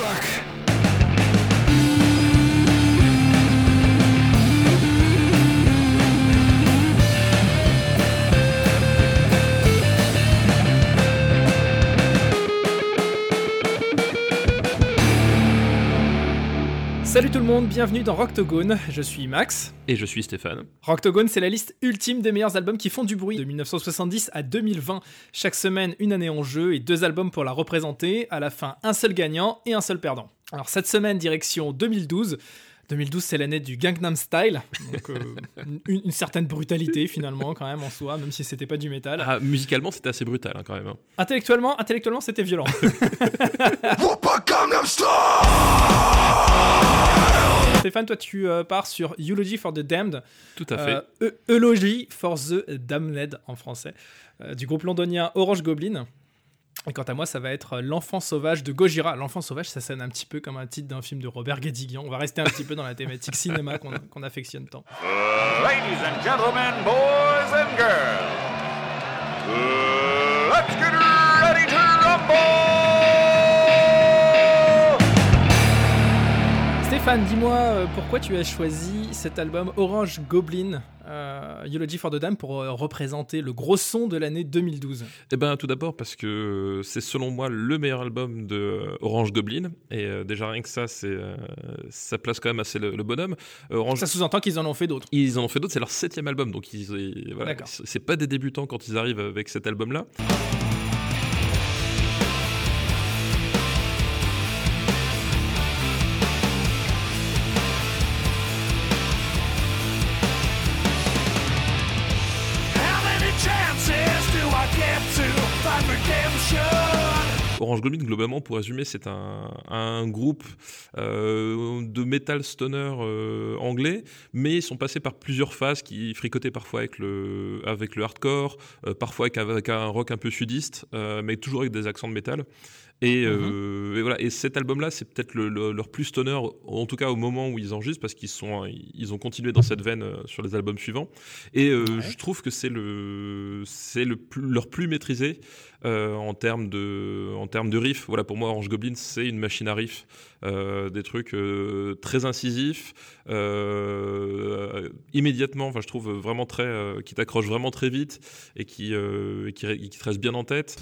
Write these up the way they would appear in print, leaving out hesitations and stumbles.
fuck. Salut tout le monde, bienvenue dans Rocktogone, je suis Max. Et je suis Stéphane. Rocktogone, c'est la liste ultime des meilleurs albums qui font du bruit, de 1970 à 2020. Chaque semaine, une année en jeu et 2 albums pour la représenter. À la fin, un seul gagnant et un seul perdant. Alors cette semaine, direction 2012. 2012, c'est l'année du Gangnam Style, donc une certaine brutalité finalement quand même en soi, même si c'était pas du métal. Ah, musicalement, c'était assez brutal quand même. Intellectuellement, c'était violent. Gangnam Style. Stéphane, toi tu pars sur Eulogy for the Damned. Tout à fait. Eulogy for the Damned en français, du groupe londonien Orange Goblin. Et quant à moi, ça va être L'Enfant Sauvage de Gojira. L'Enfant Sauvage, ça sonne un petit peu comme un titre d'un film de Robert Guédiguian. On va rester un petit peu dans la thématique cinéma qu'on affectionne tant. Ladies and gentlemen, boys and girls, let's get ready to rumble! Stéphane, dis-moi pourquoi tu as choisi cet album Orange Goblin, Eulogy for the Damned, pour représenter le gros son de l'année 2012. Eh ben, tout d'abord parce que c'est selon moi le meilleur album de Orange Goblin. Et déjà rien que ça, ça place quand même assez le bonhomme. Ça sous-entend qu'ils en ont fait d'autres. Ils en ont fait d'autres, c'est leur 7e album. Donc voilà, c'est pas des débutants quand ils arrivent avec cet album-là. Orange Goblin, globalement, pour résumer, c'est un groupe de metal stoner anglais, mais ils sont passés par plusieurs phases qui fricotaient parfois avec le hardcore, parfois avec un rock un peu sudiste, mais toujours avec des accents de métal. Et voilà. Et cet album-là, c'est peut-être leur plus stoner, en tout cas au moment où ils enregistrent, parce qu'ils ont continué dans cette veine sur les albums suivants. Et je trouve que c'est leur plus maîtrisé en termes de riff. Voilà, pour moi, Orange Goblin, c'est une machine à riff, des trucs très incisifs, immédiatement. Enfin, je trouve vraiment qui t'accroche vraiment très vite et qui te reste bien en tête.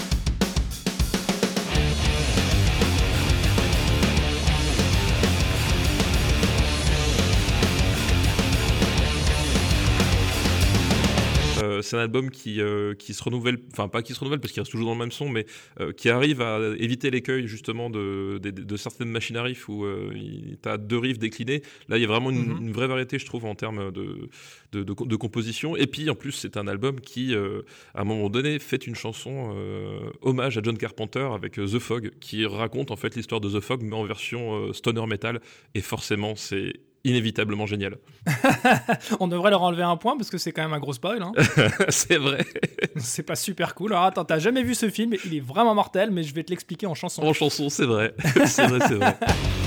C'est un album qui se renouvelle, enfin pas qui se renouvelle parce qu'il reste toujours dans le même son, mais qui arrive à éviter l'écueil justement de certaines machines à riff où tu as 2 riffs déclinés. Là, il y a vraiment une vraie variété, je trouve, en termes de composition. Et puis, en plus, c'est un album qui, à un moment donné, fait une chanson hommage à John Carpenter avec The Fog, qui raconte en fait l'histoire de The Fog, mais en version stoner metal. Et forcément, c'est inévitablement génial. On devrait leur enlever un point parce que c'est quand même un gros spoil. Hein. C'est vrai. C'est pas super cool. Alors attends, t'as jamais vu ce film, il est vraiment mortel, mais je vais te l'expliquer en chanson. En chanson, c'est vrai. C'est vrai.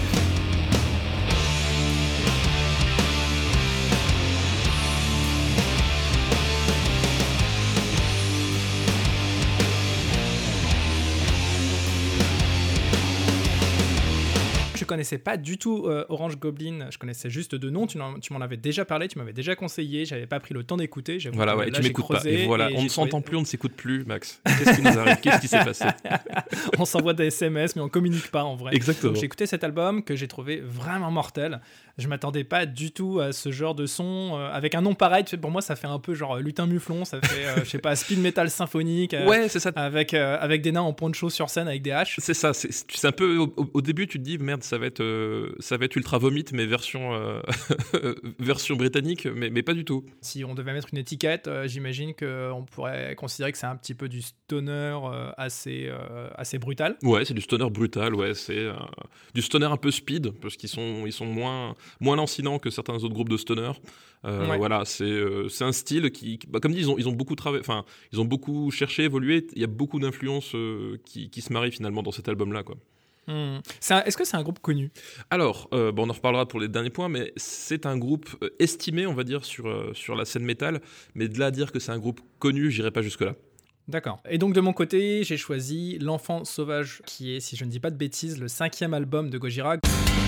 Je connaissais pas du tout Orange Goblin, je connaissais juste de nom, tu m'en avais déjà parlé, tu m'avais déjà conseillé, j'avais pas pris le temps d'écouter. Voilà, ouais, là, tu m'écoutes pas. Et voilà, on ne s'entend plus, on ne s'écoute plus, Max. Qu'est-ce qui nous arrive ? Qu'est-ce qui s'est passé ? On s'envoie des SMS, mais on communique pas en vrai. Exactement. Donc, j'ai écouté cet album que j'ai trouvé vraiment mortel. Je m'attendais pas du tout à ce genre de son. Avec un nom pareil, pour moi, ça fait un peu genre Lutin Muflon, ça fait, je sais pas, speed metal symphonique. Ouais, c'est ça. Avec des nains en poncho sur scène avec des haches. C'est ça, c'est un peu. Au début, tu te dis, merde, ça va être Ultra Vomit, mais version britannique, mais pas du tout. Si on devait mettre une étiquette, j'imagine qu'on pourrait considérer que c'est un petit peu du stoner assez brutal. Ouais, c'est du stoner brutal, ouais, c'est du stoner un peu speed, parce qu'ils sont moins lancinants que certains autres groupes de stoner. Ouais. Voilà, c'est un style qui comme dit, ils ont beaucoup travaillé, enfin, ils ont beaucoup cherché, évolué. Il y a beaucoup d'influences qui se marient finalement dans cet album-là, quoi. Est-ce que c'est un groupe connu ? Alors, on en reparlera pour les derniers points, mais c'est un groupe estimé, on va dire, sur la scène métal, mais de là à dire que c'est un groupe connu, j'irai pas jusque-là. D'accord. Et donc de mon côté, j'ai choisi L'Enfant Sauvage, qui est, si je ne dis pas de bêtises, le 5e album de Gojira.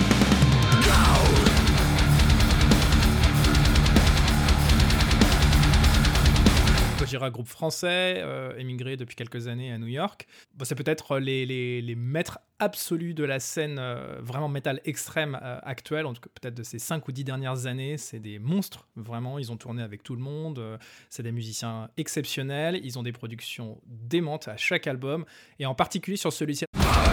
Gojira, groupe français, émigré depuis quelques années à New York. Bon, c'est peut-être les maîtres absolus de la scène vraiment métal extrême actuelle, en tout cas peut-être de ces 5 ou 10 dernières années. C'est des monstres, vraiment. Ils ont tourné avec tout le monde. C'est des musiciens exceptionnels. Ils ont des productions démentes à chaque album, et en particulier sur celui-ci.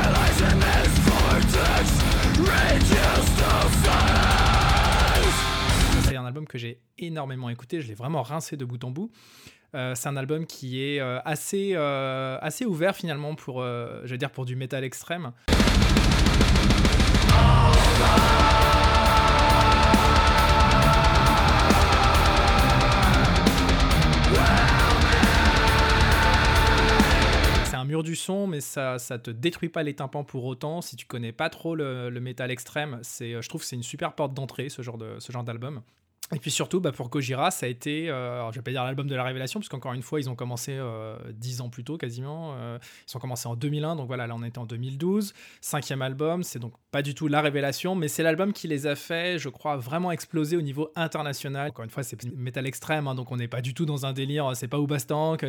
C'est un album que j'ai énormément écouté. Je l'ai vraiment rincé de bout en bout. C'est un album qui est assez ouvert finalement pour, je veux dire, pour du métal extrême. C'est un mur du son, mais ça te détruit pas les tympans pour autant. Si tu connais pas trop le métal extrême, je trouve que c'est une super porte d'entrée, ce genre d'album. Et puis surtout, pour Gojira, ça a été, alors je vais pas dire l'album de la révélation, parce qu'encore une fois, ils ont commencé 10 ans plus tôt quasiment. Ils ont commencé en 2001, donc voilà, là on était en 2012. 5e album, c'est donc pas du tout la révélation, mais c'est l'album qui les a fait, je crois, vraiment exploser au niveau international. Encore une fois, c'est métal extrême, hein, donc on n'est pas du tout dans un délire, c'est pas Oubastank.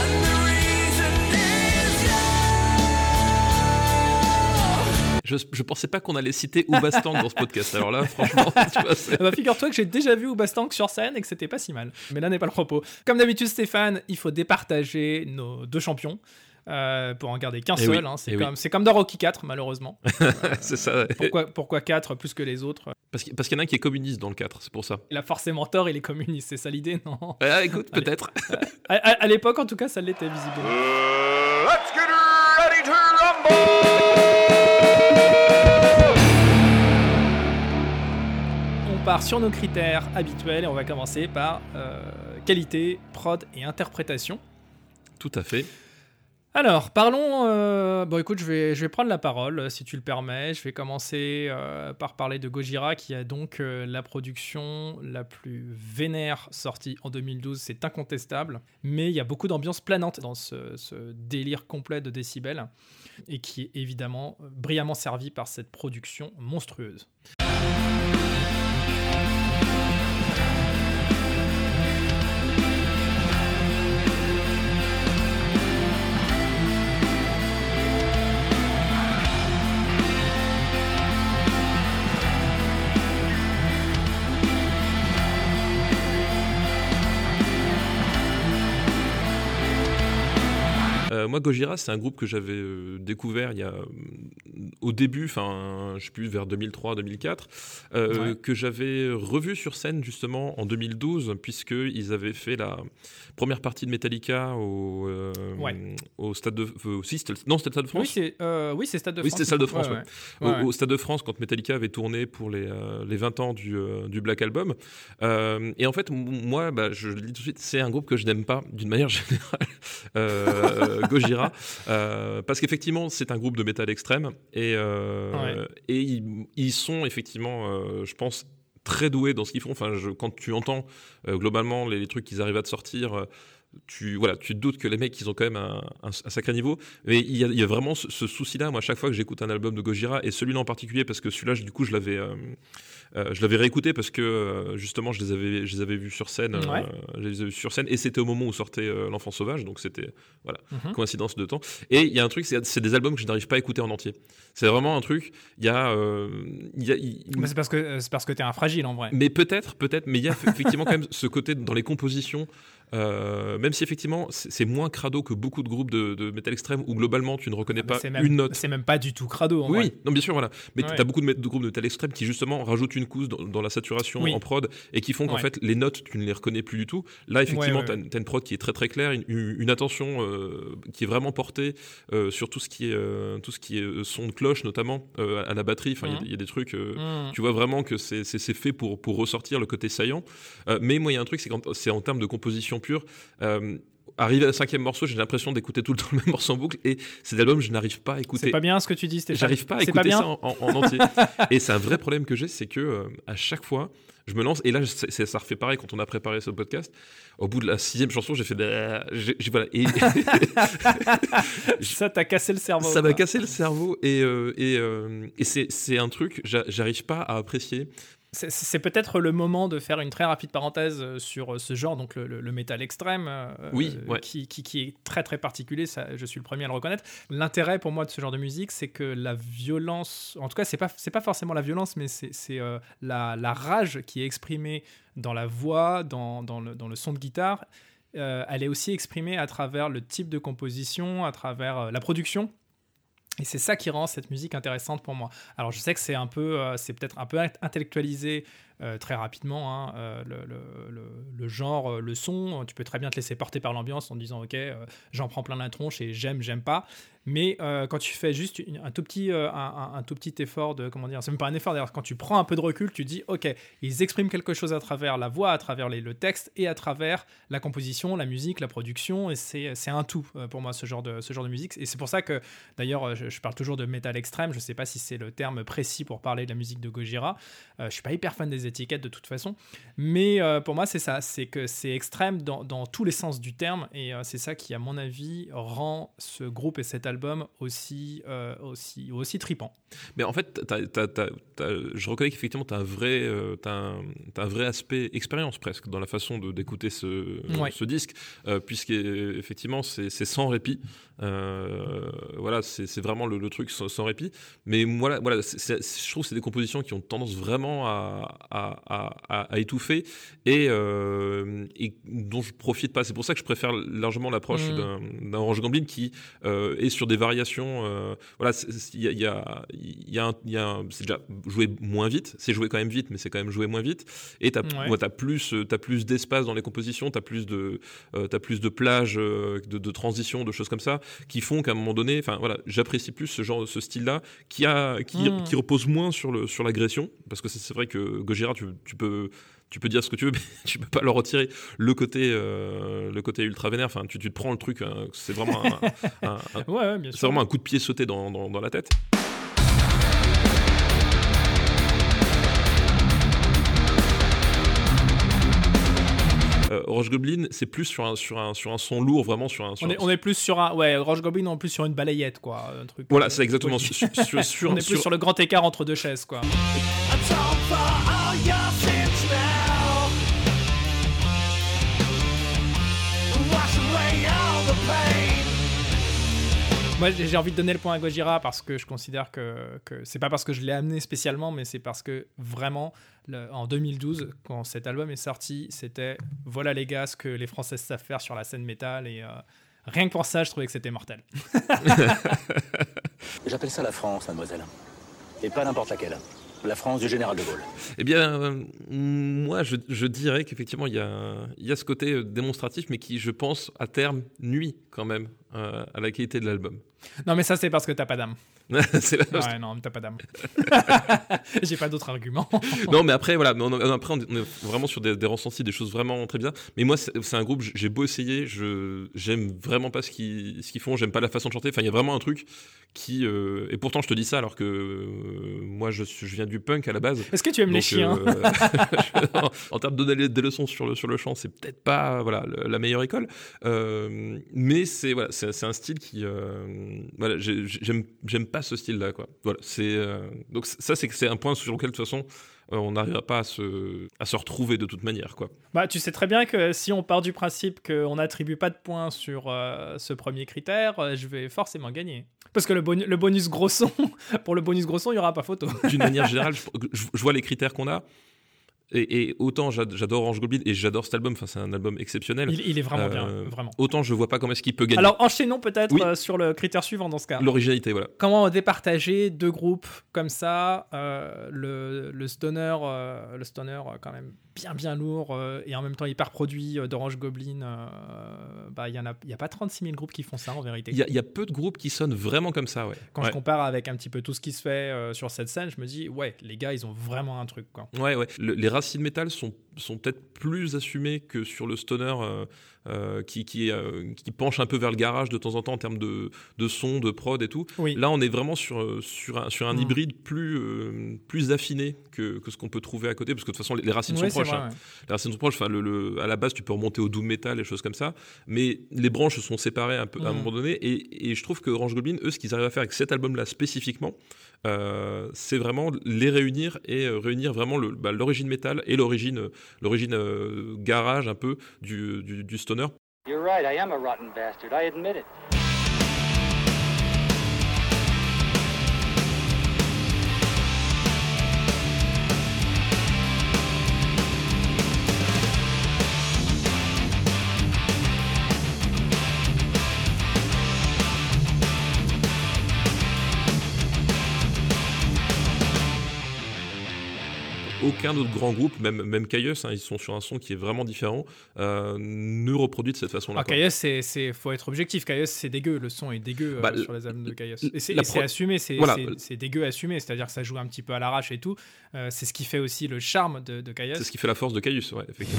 Je pensais pas qu'on allait citer Oubastank dans ce podcast. Alors là, franchement, tu vois, figure-toi que j'ai déjà vu Oubastank sur scène et que c'était pas si mal. Mais là n'est pas le propos. Comme d'habitude, Stéphane, il faut départager nos 2 champions. Pour en garder qu'un seul, oui, hein. C'est comme dans Rocky 4, malheureusement. C'est ça. Pourquoi 4 plus que les autres? Parce qu'il y en a un qui est communiste dans le 4, c'est pour ça. Il a forcément tort, il est communiste, c'est ça l'idée, non? Écoute, peut-être. À l'époque, en tout cas, ça l'était visiblement. Let's get ready to rumble! On part sur nos critères habituels et on va commencer par qualité, prod et interprétation. Tout à fait. Alors, parlons... Bon, écoute, je vais prendre la parole, si tu le permets. Je vais commencer par parler de Gojira, qui a donc la production la plus vénère sortie en 2012. C'est incontestable. Mais il y a beaucoup d'ambiance planante dans ce délire complet de décibels, et qui est évidemment brillamment servi par cette production monstrueuse. Moi, Gojira, c'est un groupe que j'avais découvert au début, je sais plus, vers 2003-2004, que j'avais revu sur scène justement en 2012, puisqu'ils avaient fait la première partie de Metallica au Stade de c'était le Stade de France. Oui, c'est Stade de France. Oui, c'était Stade de France. Au Stade de France, quand Metallica avait tourné pour les 20 ans du Black Album. Et en fait, moi, je le dis tout de suite, c'est un groupe que je n'aime pas d'une manière générale. Gojira, parce qu'effectivement c'est un groupe de métal extrême et ils sont effectivement je pense très doués dans ce qu'ils font. Quand tu entends globalement les trucs qu'ils arrivent à te sortir, tu te doutes que les mecs ils ont quand même un sacré niveau, mais il y a vraiment ce souci là. Moi, à chaque fois que j'écoute un album de Gojira, et celui-là en particulier, parce que celui-là du coup je l'avais réécouté parce que justement je les avais vus sur scène, et c'était au moment où sortait L'Enfant Sauvage, donc c'était coïncidence de temps. Et il y a un truc, c'est des albums que je n'arrive pas à écouter en entier. C'est vraiment un truc. Mais c'est parce que t'es un fragile en vrai. Mais peut-être, mais il y a effectivement quand même ce côté dans les compositions. Même si effectivement c'est moins crado que beaucoup de groupes de métal extrême où globalement tu ne reconnais pas une note. C'est même pas du tout crado en vrai. Oui, non, bien sûr, voilà. Mais t'as beaucoup de groupes de métal extrême qui justement rajoutent une couche dans la saturation en prod et qui font qu'en fait les notes tu ne les reconnais plus du tout. Là effectivement t'as une prod qui est très très claire, une attention qui est vraiment portée sur tout ce qui est son de cloche notamment à la batterie. Il y a des trucs tu vois vraiment que c'est fait pour ressortir le côté saillant. Mais moi il y a un truc, c'est en termes de composition pure, arrivé à 5e morceau, j'ai l'impression d'écouter tout le temps le même morceau en boucle, et cet album, je n'arrive pas à écouter. C'est pas bien ce que tu dis, Stéphane. J'arrive pas à écouter ça en entier. Et c'est un vrai problème que j'ai, c'est que à chaque fois, je me lance, et là, ça refait pareil quand on a préparé ce podcast. Au bout de la 6e chanson, j'ai fait voilà. Et ça t'a cassé le cerveau. Ça m'a cassé le cerveau, et c'est un truc, j'arrive pas à apprécier. C'est peut-être le moment de faire une très rapide parenthèse sur ce genre, donc le métal extrême, qui est très très particulier, ça, je suis le premier à le reconnaître. L'intérêt pour moi de ce genre de musique, c'est que la violence, en tout cas c'est pas forcément la violence, mais c'est la rage qui est exprimée dans la voix, dans le son de guitare, elle est aussi exprimée à travers le type de composition, à travers la production. Et c'est ça qui rend cette musique intéressante pour moi. Alors je sais que c'est peut-être un peu intellectualisé très rapidement, hein, le genre, le son, tu peux très bien te laisser porter par l'ambiance en disant ok, j'en prends plein la tronche et j'aime pas. Mais quand tu fais juste un tout petit effort de, comment dire, c'est même pas un effort d'ailleurs, quand tu prends un peu de recul, tu dis ok, ils expriment quelque chose à travers la voix, à travers le texte et à travers la composition, la musique, la production, et c'est un tout pour moi ce genre de musique. Et c'est pour ça que d'ailleurs je parle toujours de métal extrême, je sais pas si c'est le terme précis pour parler de la musique de Gojira, je suis pas hyper fan des étiquettes de toute façon, mais pour moi c'est ça, c'est que c'est extrême dans tous les sens du terme, et c'est ça qui à mon avis rend ce groupe et cet album aussi tripant. Mais en fait, je reconnais qu'effectivement tu as un vrai aspect expérience presque dans la façon d'écouter ce disque, puisqu'effectivement c'est sans répit. Voilà, c'est vraiment le truc sans répit. Mais voilà, je trouve que c'est des compositions qui ont tendance vraiment à étouffer et dont je profite pas. C'est pour ça que je préfère largement l'approche d'un Orange Gambling qui est sur des variations. Voilà, c'est déjà joué moins vite. C'est joué quand même vite, mais c'est quand même joué moins vite. Et t'as plus d'espace dans les compositions, t'as plus de plages, de transitions, de choses comme ça, qui font qu'à un moment donné, enfin voilà, j'apprécie plus ce style-là qui repose moins sur l'agression, parce que c'est vrai que Gojira, tu peux dire ce que tu veux, mais tu peux pas leur retirer le côté ultra vénère. Enfin, tu te prends le truc, hein, c'est vraiment c'est vraiment un coup de pied sauté dans la tête. Orange Goblin, c'est plus sur un son lourd, vraiment sur un. On est plus sur Orange Goblin, on est plus sur une balayette, quoi, un truc. Voilà, c'est exactement. On est plus sur le grand écart entre deux chaises, quoi. Moi, j'ai envie de donner le point à Gojira parce que je considère que c'est pas parce que je l'ai amené spécialement, mais c'est parce que vraiment, en 2012, quand cet album est sorti, c'était voilà les gars ce que les Français savent faire sur la scène métal, et rien que pour ça, je trouvais que c'était mortel. J'appelle ça la France, mademoiselle. Et pas n'importe laquelle. La France du général de Gaulle. Eh bien, moi, je dirais qu'effectivement, il y a ce côté démonstratif, mais qui, je pense, à terme, nuit quand même à la qualité de l'album. Non, mais ça, c'est parce que t'as pas d'âme. Ouais, non, t'as pas d'âme. J'ai pas d'autres arguments. Non, mais après, voilà, on est vraiment sur des ressentis, des choses vraiment très bien. Mais moi, c'est un groupe, j'ai beau essayer, j'aime vraiment pas ce qu'ils font, j'aime pas la façon de chanter. Enfin, il y a vraiment un truc qui... et pourtant, je te dis ça alors que moi, je viens du punk à la base. Est-ce que tu aimes les chiens en termes de donner des leçons sur le chant, c'est peut-être pas la meilleure école. Mais c'est un style qui... voilà, j'aime pas ce style-là, quoi. Voilà, donc ça, c'est un point sur lequel, de toute façon, on n'arrivera pas à se retrouver de toute manière, quoi. Bah, tu sais très bien que si on part du principe qu'on n'attribue pas de points sur ce premier critère, je vais forcément gagner. Parce que le bonus gros son, pour le bonus gros son, il n'y aura pas photo. D'une manière générale, je vois les critères qu'on a. Et autant j'adore Orange Goblin et j'adore cet album, enfin c'est un album exceptionnel. Il est vraiment bien, vraiment. Autant je vois pas comment est-ce qu'il peut gagner. Alors enchaînons peut-être sur le critère suivant dans ce cas. L'originalité, voilà. Comment départager deux groupes comme ça, le stoner quand même bien lourd et en même temps hyper produit d'Orange Goblin. Il y a pas 36 000 groupes qui font ça en vérité. Il y a peu de groupes qui sonnent vraiment comme ça, ouais. Quand je compare avec un petit peu tout ce qui se fait sur cette scène, je me dis ouais, les gars ils ont vraiment un truc, quoi. Ouais. Les racines métal sont peut-être plus assumées que sur le stoner qui penche un peu vers le garage de temps en temps en termes de son, de prod et tout. Oui. Là, on est vraiment sur un hybride plus affiné que ce qu'on peut trouver à côté, parce que de toute façon, les racines sont proches. Vrai, hein. Les racines sont proches. Enfin, à la base, tu peux remonter au doom metal et choses comme ça, mais les branches se sont séparées un peu à un moment donné. Et je trouve que Orange Goblin, eux, ce qu'ils arrivent à faire avec cet album-là spécifiquement, c'est vraiment les réunir et réunir vraiment l'origine métal et l'origine garage un peu du stoner. You're right, I am a rotten bastard, I admit it. Aucun autre grand groupe, même Kyuss, hein, ils sont sur un son qui est vraiment différent, ne reproduit de cette façon-là. Alors Kyuss, faut être objectif. Kyuss, c'est dégueu, le son est dégueu sur les albums de Kyuss. Et c'est assumé, c'est dégueu assumé, c'est-à-dire que ça joue un petit peu à l'arrache et tout. C'est ce qui fait aussi le charme de Kyuss. C'est ce qui fait la force de Kyuss, ouais, effectivement.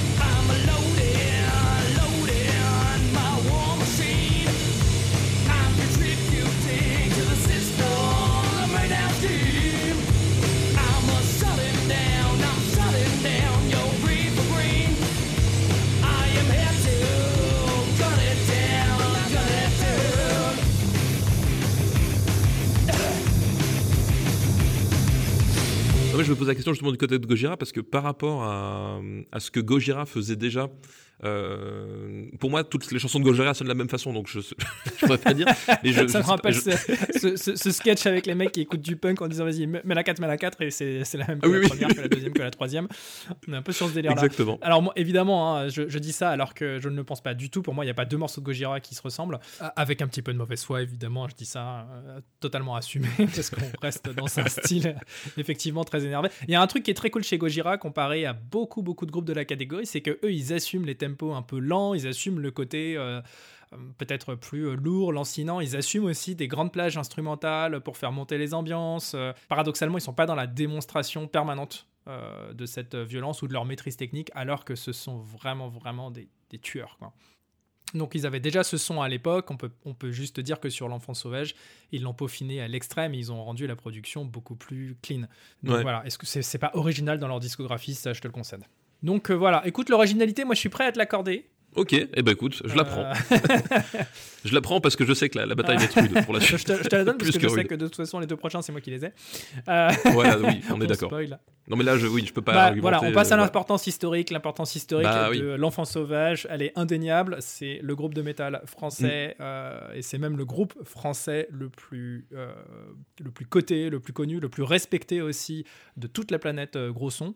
Moi, je me pose la question justement du côté de Gojira, parce que par rapport à ce que Gojira faisait déjà, pour moi, toutes les chansons de Gojira sonnent de la même façon, donc je pourrais pas dire. Mais ça me rappelle ce sketch avec les mecs qui écoutent du punk en disant vas-y, mets la 4, et c'est la même que la première, que la deuxième, que la troisième. On est un peu sur ce délire-là. Exactement. Alors, moi, évidemment, hein, je dis ça alors que je ne le pense pas du tout. Pour moi, il n'y a pas deux morceaux de Gojira qui se ressemblent. Avec un petit peu de mauvaise foi, évidemment, je dis ça totalement assumé, parce qu'on reste dans un style effectivement très énervé. Il y a un truc qui est très cool chez Gojira, comparé à beaucoup de groupes de la catégorie, c'est que eux, ils assument les tempos un peu lents, ils assument le côté peut-être plus lourd, lancinant, ils assument aussi des grandes plages instrumentales pour faire monter les ambiances. Paradoxalement, ils sont pas dans la démonstration permanente de cette violence ou de leur maîtrise technique, alors que ce sont vraiment des tueurs, quoi. Donc ils avaient déjà ce son à l'époque, on peut juste dire que sur L'Enfant Sauvage, ils l'ont peaufiné à l'extrême et ils ont rendu la production beaucoup plus clean. Donc voilà, est-ce que c'est pas original dans leur discographie, ça je te le concède. Donc voilà, écoute, l'originalité, moi je suis prêt à te l'accorder. Ok, eh ben écoute, je la prends. Je la prends parce que je sais que la bataille va être rude pour la suite. Je te la donne parce que je sais que de toute façon les deux prochains c'est moi qui les ai. Voilà, oui, on est d'accord. Spoil. Non mais là, je peux pas argumenter. Voilà, on passe à l'importance historique. L'importance historique de L'Enfant Sauvage, elle est indéniable. C'est le groupe de métal français et c'est même le groupe français le plus coté, le plus connu, le plus respecté aussi de toute la planète gros son.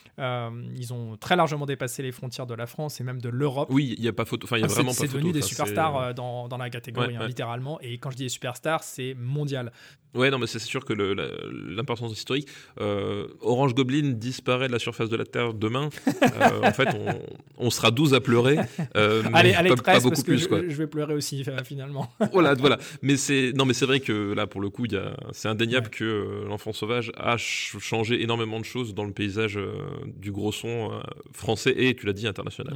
Ils ont très largement dépassé les frontières de la France et même de l'Europe. Oui, il n'y a pas photo. Enfin, il y a vraiment pas photo. C'est devenu des superstars dans la catégorie, littéralement. Et quand je dis des superstars, c'est mondial. Ouais, non, mais c'est sûr que l'importance historique. Orange Goblin disparaît de la surface de la Terre demain. En fait, on sera 12 à pleurer. Allez, 13, pas beaucoup parce que plus, je vais pleurer aussi, finalement. Voilà. Mais c'est vrai que là, pour le coup, c'est indéniable que L'Enfant Sauvage a changé énormément de choses dans le paysage du gros son français et, tu l'as dit, international.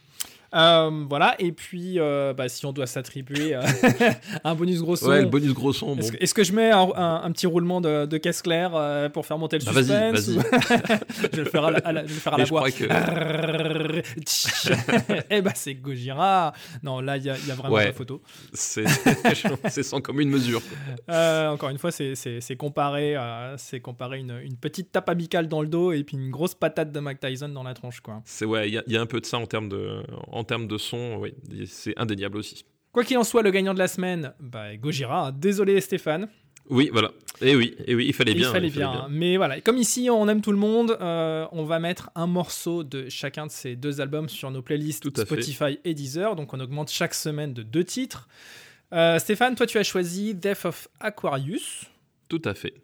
Voilà, et puis si on doit s'attribuer un bonus gros son. Ouais, le bonus gros son. Est-ce que je mets un petit roulement de caisse claire pour faire monter le suspense? Vas-y. Je vais le faire à la voix. C'est Gojira. Non, là, il y a vraiment la photo. C'est sans commune mesure. Encore une fois, c'est comparer une petite tape amicale dans le dos et puis une grosse patate de Mike Tyson dans la tronche, quoi. Il y a un peu de ça en termes de son, oui, c'est indéniable aussi. Quoi qu'il en soit, le gagnant de la semaine, Gojira. Désolé Stéphane. Oui, voilà. Et oui, il fallait bien. Mais voilà, comme ici, on aime tout le monde, on va mettre un morceau de chacun de ces deux albums sur nos playlists Spotify et Deezer. Donc on augmente chaque semaine de 2 titres. Stéphane, toi tu as choisi Death of Aquarius. Tout à fait.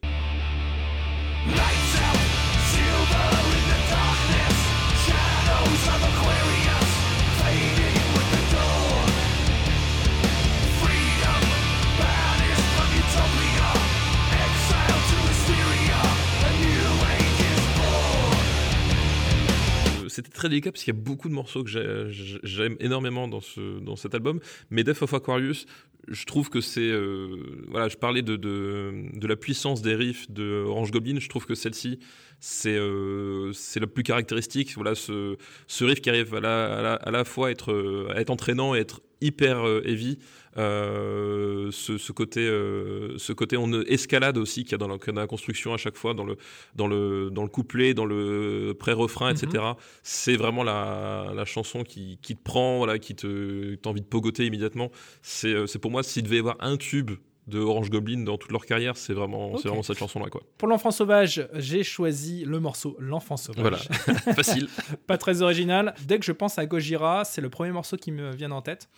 C'était très délicat parce qu'il y a beaucoup de morceaux que j'aime énormément dans cet album, mais Death of Aquarius, je trouve que c'est je parlais de la puissance des riffs de Orange Goblin, je trouve que celle-ci c'est la plus caractéristique. Voilà, ce riff qui arrive à la fois à être entraînant et être hyper heavy, ce côté on escalade aussi qu'il y a dans la construction à chaque fois, dans le couplet, dans le pré-refrain, etc. C'est vraiment la chanson qui te prend, voilà, t'as envie de pogoter immédiatement. C'est pour moi, s'il devait y avoir un tube de Orange Goblin dans toute leur carrière, c'est vraiment cette chanson-là, quoi. Pour l'Enfant Sauvage, j'ai choisi le morceau L'Enfant Sauvage. Voilà, facile. Pas très original. Dès que je pense à Gojira, c'est le premier morceau qui me vient en tête.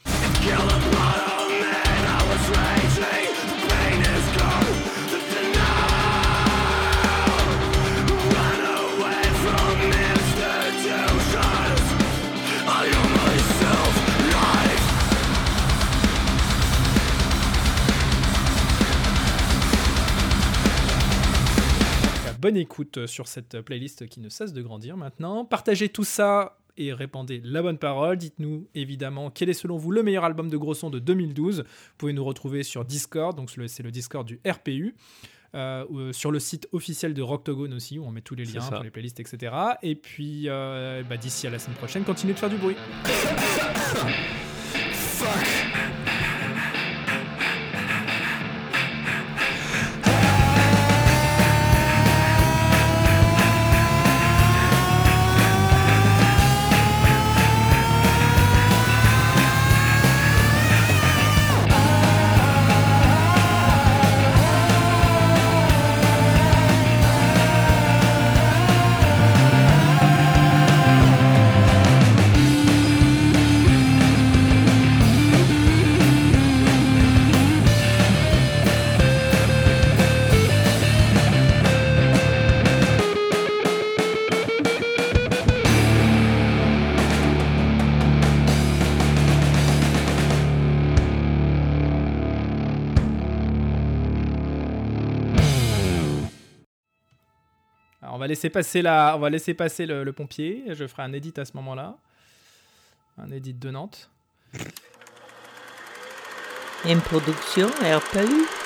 Bonne écoute sur cette playlist qui ne cesse de grandir maintenant. Partagez tout ça et répandez la bonne parole. Dites-nous évidemment quel est selon vous le meilleur album de gros son de 2012. Vous pouvez nous retrouver sur Discord, donc c'est le Discord du RPU. Sur le site officiel de Rocktogone aussi, où on met tous les liens pour les playlists, etc. Et puis d'ici à la semaine prochaine, continuez de faire du bruit. On va laisser passer le pompier. Je ferai un edit à ce moment-là. Un edit de Nantes. Une production RPU.